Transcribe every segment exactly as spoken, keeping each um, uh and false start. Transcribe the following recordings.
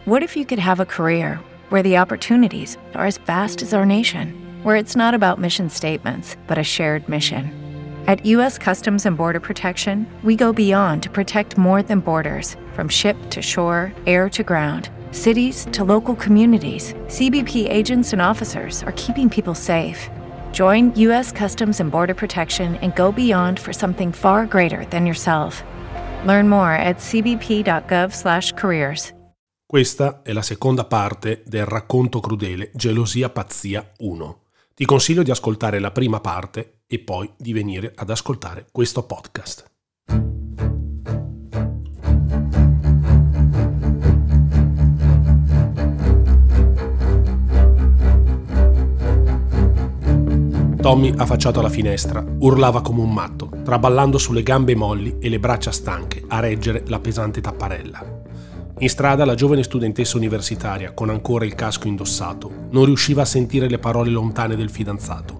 What if you could have a career where the opportunities are as vast as our nation, where it's not about mission statements, but a shared mission? At U S Customs and Border Protection, we go beyond to protect more than borders, from ship to shore, air to ground, cities to local communities. C B P agents and officers are keeping people safe. Join U S Customs and Border Protection and go beyond for something far greater than yourself. Learn more at c b p dot gov slash careers. Questa è la seconda parte del racconto crudele Gelosia Pazzia uno. Ti consiglio di ascoltare la prima parte e poi di venire ad ascoltare questo podcast. Tommy, affacciato alla finestra, urlava come un matto, traballando sulle gambe molli e le braccia stanche a reggere la pesante tapparella. In strada la giovane studentessa universitaria, con ancora il casco indossato, non riusciva a sentire le parole lontane del fidanzato.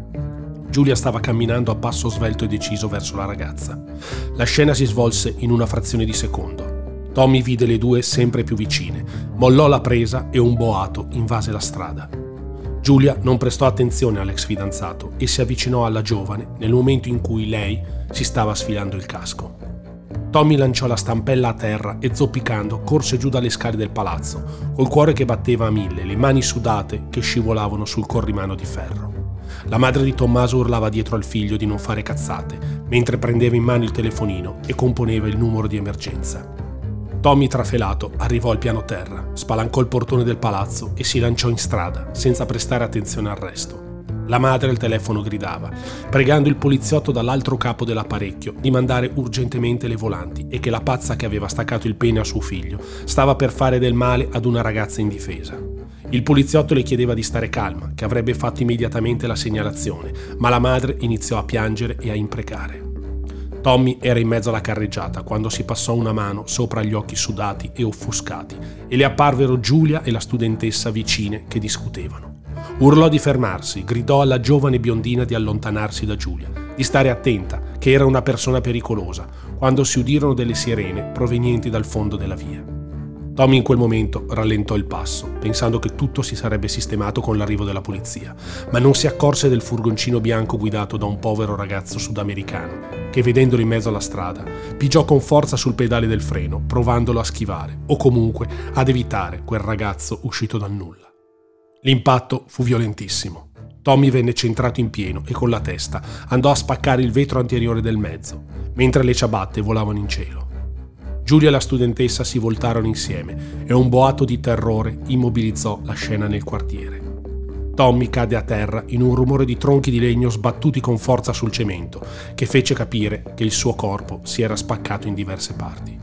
Giulia stava camminando a passo svelto e deciso verso la ragazza. La scena si svolse in una frazione di secondo. Tommy vide le due sempre più vicine, mollò la presa e un boato invase la strada. Giulia non prestò attenzione all'ex fidanzato e si avvicinò alla giovane nel momento in cui lei si stava sfilando il casco. Tommy lanciò la stampella a terra e zoppicando corse giù dalle scale del palazzo, col cuore che batteva a mille, le mani sudate che scivolavano sul corrimano di ferro. La madre di Tommaso urlava dietro al figlio di non fare cazzate, mentre prendeva in mano il telefonino e componeva il numero di emergenza. Tommy, trafelato, arrivò al piano terra, spalancò il portone del palazzo e si lanciò in strada, senza prestare attenzione al resto. La madre al telefono gridava, pregando il poliziotto dall'altro capo dell'apparecchio di mandare urgentemente le volanti e che la pazza che aveva staccato il pene a suo figlio stava per fare del male ad una ragazza indifesa. Il poliziotto le chiedeva di stare calma, che avrebbe fatto immediatamente la segnalazione, ma la madre iniziò a piangere e a imprecare. Tommy era in mezzo alla carreggiata quando si passò una mano sopra gli occhi sudati e offuscati e le apparvero Giulia e la studentessa vicine che discutevano. Urlò di fermarsi, gridò alla giovane biondina di allontanarsi da Giulia, di stare attenta, che era una persona pericolosa, quando si udirono delle sirene provenienti dal fondo della via. Tommy in quel momento rallentò il passo, pensando che tutto si sarebbe sistemato con l'arrivo della polizia, ma non si accorse del furgoncino bianco guidato da un povero ragazzo sudamericano, che vedendolo in mezzo alla strada, pigiò con forza sul pedale del freno, provandolo a schivare, o comunque ad evitare quel ragazzo uscito dal nulla. L'impatto fu violentissimo. Tommy venne centrato in pieno e con la testa andò a spaccare il vetro anteriore del mezzo, mentre le ciabatte volavano in cielo. Giulia e la studentessa si voltarono insieme e un boato di terrore immobilizzò la scena nel quartiere. Tommy cadde a terra in un rumore di tronchi di legno sbattuti con forza sul cemento, che fece capire che il suo corpo si era spaccato in diverse parti.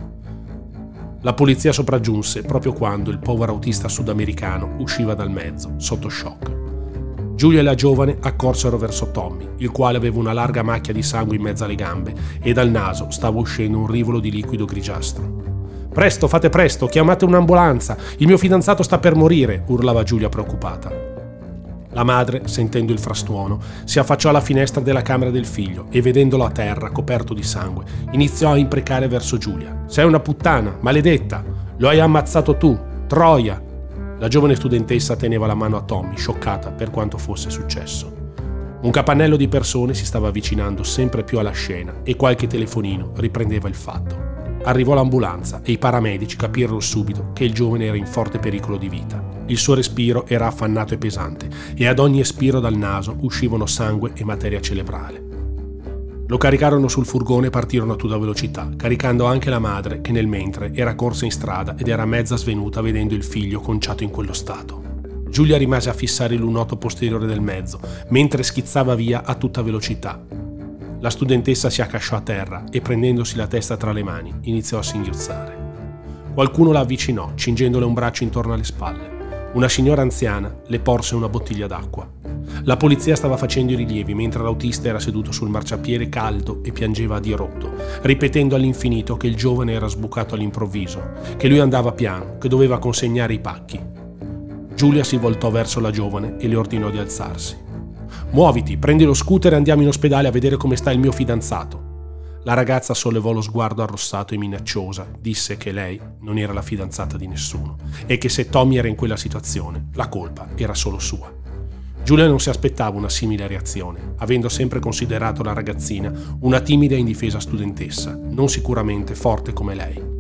La polizia sopraggiunse proprio quando il povero autista sudamericano usciva dal mezzo, sotto shock. Giulia e la giovane accorsero verso Tommy, il quale aveva una larga macchia di sangue in mezzo alle gambe e dal naso stava uscendo un rivolo di liquido grigiastro. «Presto, fate presto, chiamate un'ambulanza! Il mio fidanzato sta per morire!» urlava Giulia preoccupata. La madre, sentendo il frastuono, si affacciò alla finestra della camera del figlio e vedendolo a terra, coperto di sangue, iniziò a imprecare verso Giulia. «Sei una puttana, maledetta! Lo hai ammazzato tu! Troia!» La giovane studentessa teneva la mano a Tommy, scioccata per quanto fosse successo. Un capannello di persone si stava avvicinando sempre più alla scena e qualche telefonino riprendeva il fatto. Arrivò l'ambulanza e i paramedici capirono subito che il giovane era in forte pericolo di vita. Il suo respiro era affannato e pesante e ad ogni espiro dal naso uscivano sangue e materia cerebrale. Lo caricarono sul furgone e partirono a tutta velocità, caricando anche la madre che nel mentre era corsa in strada ed era mezza svenuta vedendo il figlio conciato in quello stato. Giulia rimase a fissare il lunotto posteriore del mezzo, mentre schizzava via a tutta velocità. La studentessa si accasciò a terra e prendendosi la testa tra le mani iniziò a singhiozzare. Qualcuno la avvicinò, cingendole un braccio intorno alle spalle. Una signora anziana le porse una bottiglia d'acqua. La polizia stava facendo i rilievi mentre l'autista era seduto sul marciapiede caldo e piangeva a dirotto, ripetendo all'infinito che il giovane era sbucato all'improvviso, che lui andava piano, che doveva consegnare i pacchi. Giulia si voltò verso la giovane e le ordinò di alzarsi. «Muoviti, prendi lo scooter e andiamo in ospedale a vedere come sta il mio fidanzato». La ragazza sollevò lo sguardo arrossato e minacciosa, disse che lei non era la fidanzata di nessuno e che se Tommy era in quella situazione, la colpa era solo sua. Giulia non si aspettava una simile reazione, avendo sempre considerato la ragazzina una timida e indifesa studentessa, non sicuramente forte come lei.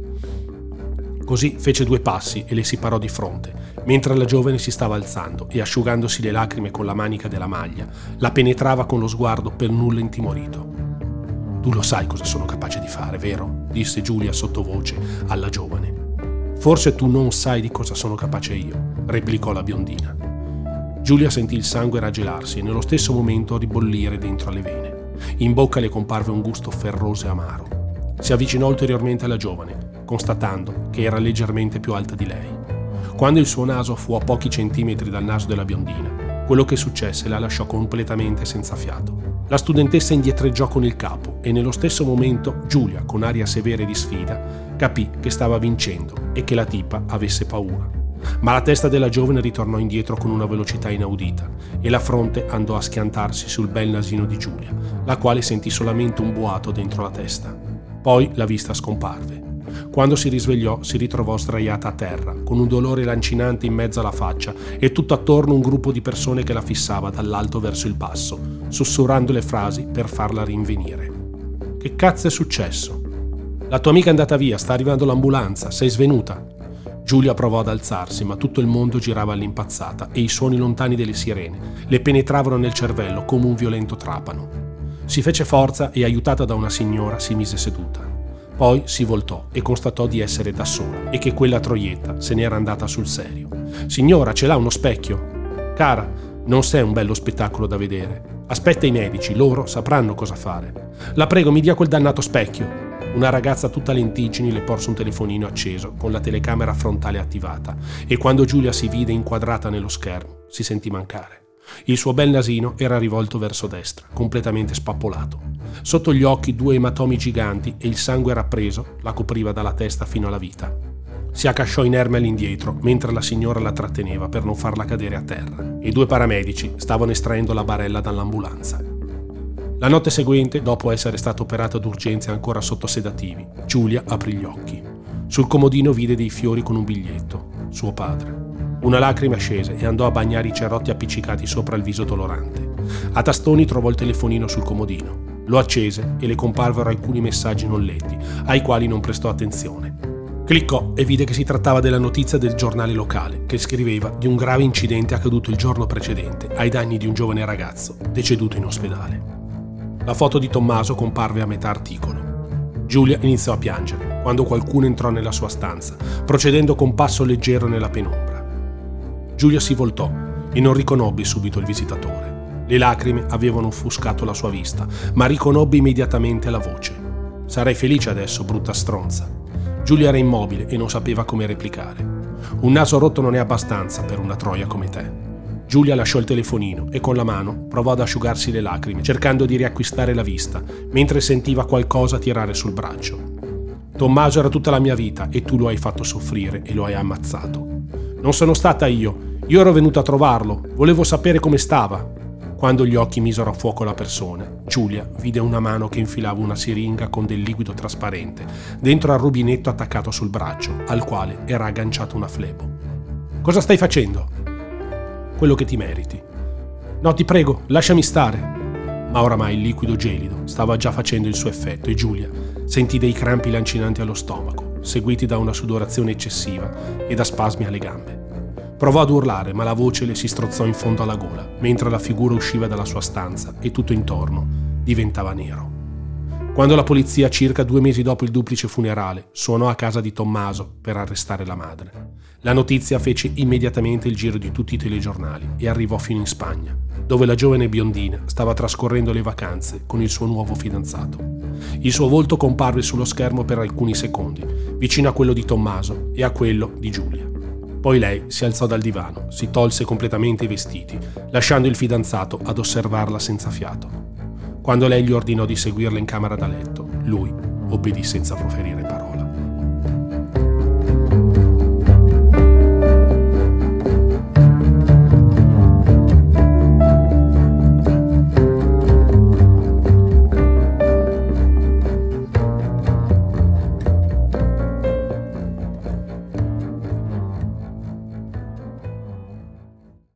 Così fece due passi e le si parò di fronte, mentre la giovane si stava alzando e, asciugandosi le lacrime con la manica della maglia, la penetrava con lo sguardo per nulla intimorito. «Tu lo sai cosa sono capace di fare, vero?» disse Giulia sottovoce alla giovane. «Forse tu non sai di cosa sono capace io», replicò la biondina. Giulia sentì il sangue raggelarsi e nello stesso momento ribollire dentro alle vene. In bocca le comparve un gusto ferroso e amaro. Si avvicinò ulteriormente alla giovane, constatando che era leggermente più alta di lei. Quando il suo naso fu a pochi centimetri dal naso della biondina, quello che successe la lasciò completamente senza fiato. La studentessa indietreggiò con il capo e nello stesso momento Giulia, con aria severa e di sfida, capì che stava vincendo e che la tipa avesse paura. Ma la testa della giovane ritornò indietro con una velocità inaudita e la fronte andò a schiantarsi sul bel nasino di Giulia, la quale sentì solamente un boato dentro la testa. Poi la vista scomparve. Quando si risvegliò si ritrovò sdraiata a terra, con un dolore lancinante in mezzo alla faccia e tutto attorno un gruppo di persone che la fissava dall'alto verso il basso, sussurrando le frasi per farla rinvenire. «Che cazzo è successo?» «La tua amica è andata via, sta arrivando l'ambulanza, sei svenuta?» Giulia provò ad alzarsi, ma tutto il mondo girava all'impazzata e i suoni lontani delle sirene le penetravano nel cervello come un violento trapano. Si fece forza e, aiutata da una signora, si mise seduta. Poi si voltò e constatò di essere da sola e che quella troietta se n'era andata sul serio. «Signora, ce l'ha uno specchio?» «Cara, non sei un bello spettacolo da vedere. Aspetta i medici, loro sapranno cosa fare. La prego, mi dia quel dannato specchio». Una ragazza tutta lentiggini le porse un telefonino acceso con la telecamera frontale attivata e quando Giulia si vide inquadrata nello schermo si sentì mancare. Il suo bel nasino era rivolto verso destra, completamente spappolato. Sotto gli occhi due ematomi giganti e il sangue rappreso la copriva dalla testa fino alla vita. Si accasciò inerme all'indietro mentre la signora la tratteneva per non farla cadere a terra e due paramedici stavano estraendo la barella dall'ambulanza. La notte seguente, dopo essere stata operata d'urgenza ancora sotto sedativi, Giulia aprì gli occhi. Sul comodino vide dei fiori con un biglietto. Suo padre. Una lacrima scese e andò a bagnare i cerotti appiccicati sopra il viso dolorante. A tastoni trovò il telefonino sul comodino. Lo accese e le comparvero alcuni messaggi non letti, ai quali non prestò attenzione. Cliccò e vide che si trattava della notizia del giornale locale, che scriveva di un grave incidente accaduto il giorno precedente ai danni di un giovane ragazzo, deceduto in ospedale. La foto di Tommaso comparve a metà articolo. Giulia iniziò a piangere quando qualcuno entrò nella sua stanza, procedendo con passo leggero nella penombra. Giulia si voltò e non riconobbe subito il visitatore. Le lacrime avevano offuscato la sua vista, ma riconobbe immediatamente la voce. «Sarai felice adesso, brutta stronza». Giulia era immobile e non sapeva come replicare. «Un naso rotto non è abbastanza per una troia come te». Giulia lasciò il telefonino e con la mano provò ad asciugarsi le lacrime, cercando di riacquistare la vista, mentre sentiva qualcosa tirare sul braccio. «Tommaso era tutta la mia vita e tu lo hai fatto soffrire e lo hai ammazzato». «Non sono stata io, io ero venuta a trovarlo, volevo sapere come stava». Quando gli occhi misero a fuoco la persona, Giulia vide una mano che infilava una siringa con del liquido trasparente dentro al rubinetto attaccato sul braccio, al quale era agganciata una flebo. «Cosa stai facendo?» «Quello che ti meriti». «No, ti prego, lasciami stare». Ma oramai il liquido gelido stava già facendo il suo effetto e Giulia sentì dei crampi lancinanti allo stomaco, seguiti da una sudorazione eccessiva e da spasmi alle gambe. Provò ad urlare, ma la voce le si strozzò in fondo alla gola, mentre la figura usciva dalla sua stanza e tutto intorno diventava nero. Quando la polizia, circa due mesi dopo il duplice funerale, suonò a casa di Tommaso per arrestare la madre, la notizia fece immediatamente il giro di tutti i telegiornali e arrivò fino in Spagna, dove la giovane biondina stava trascorrendo le vacanze con il suo nuovo fidanzato. Il suo volto comparve sullo schermo per alcuni secondi, vicino a quello di Tommaso e a quello di Giulia. Poi lei si alzò dal divano, si tolse completamente i vestiti, lasciando il fidanzato ad osservarla senza fiato. Quando lei gli ordinò di seguirla in camera da letto, lui obbedì senza proferire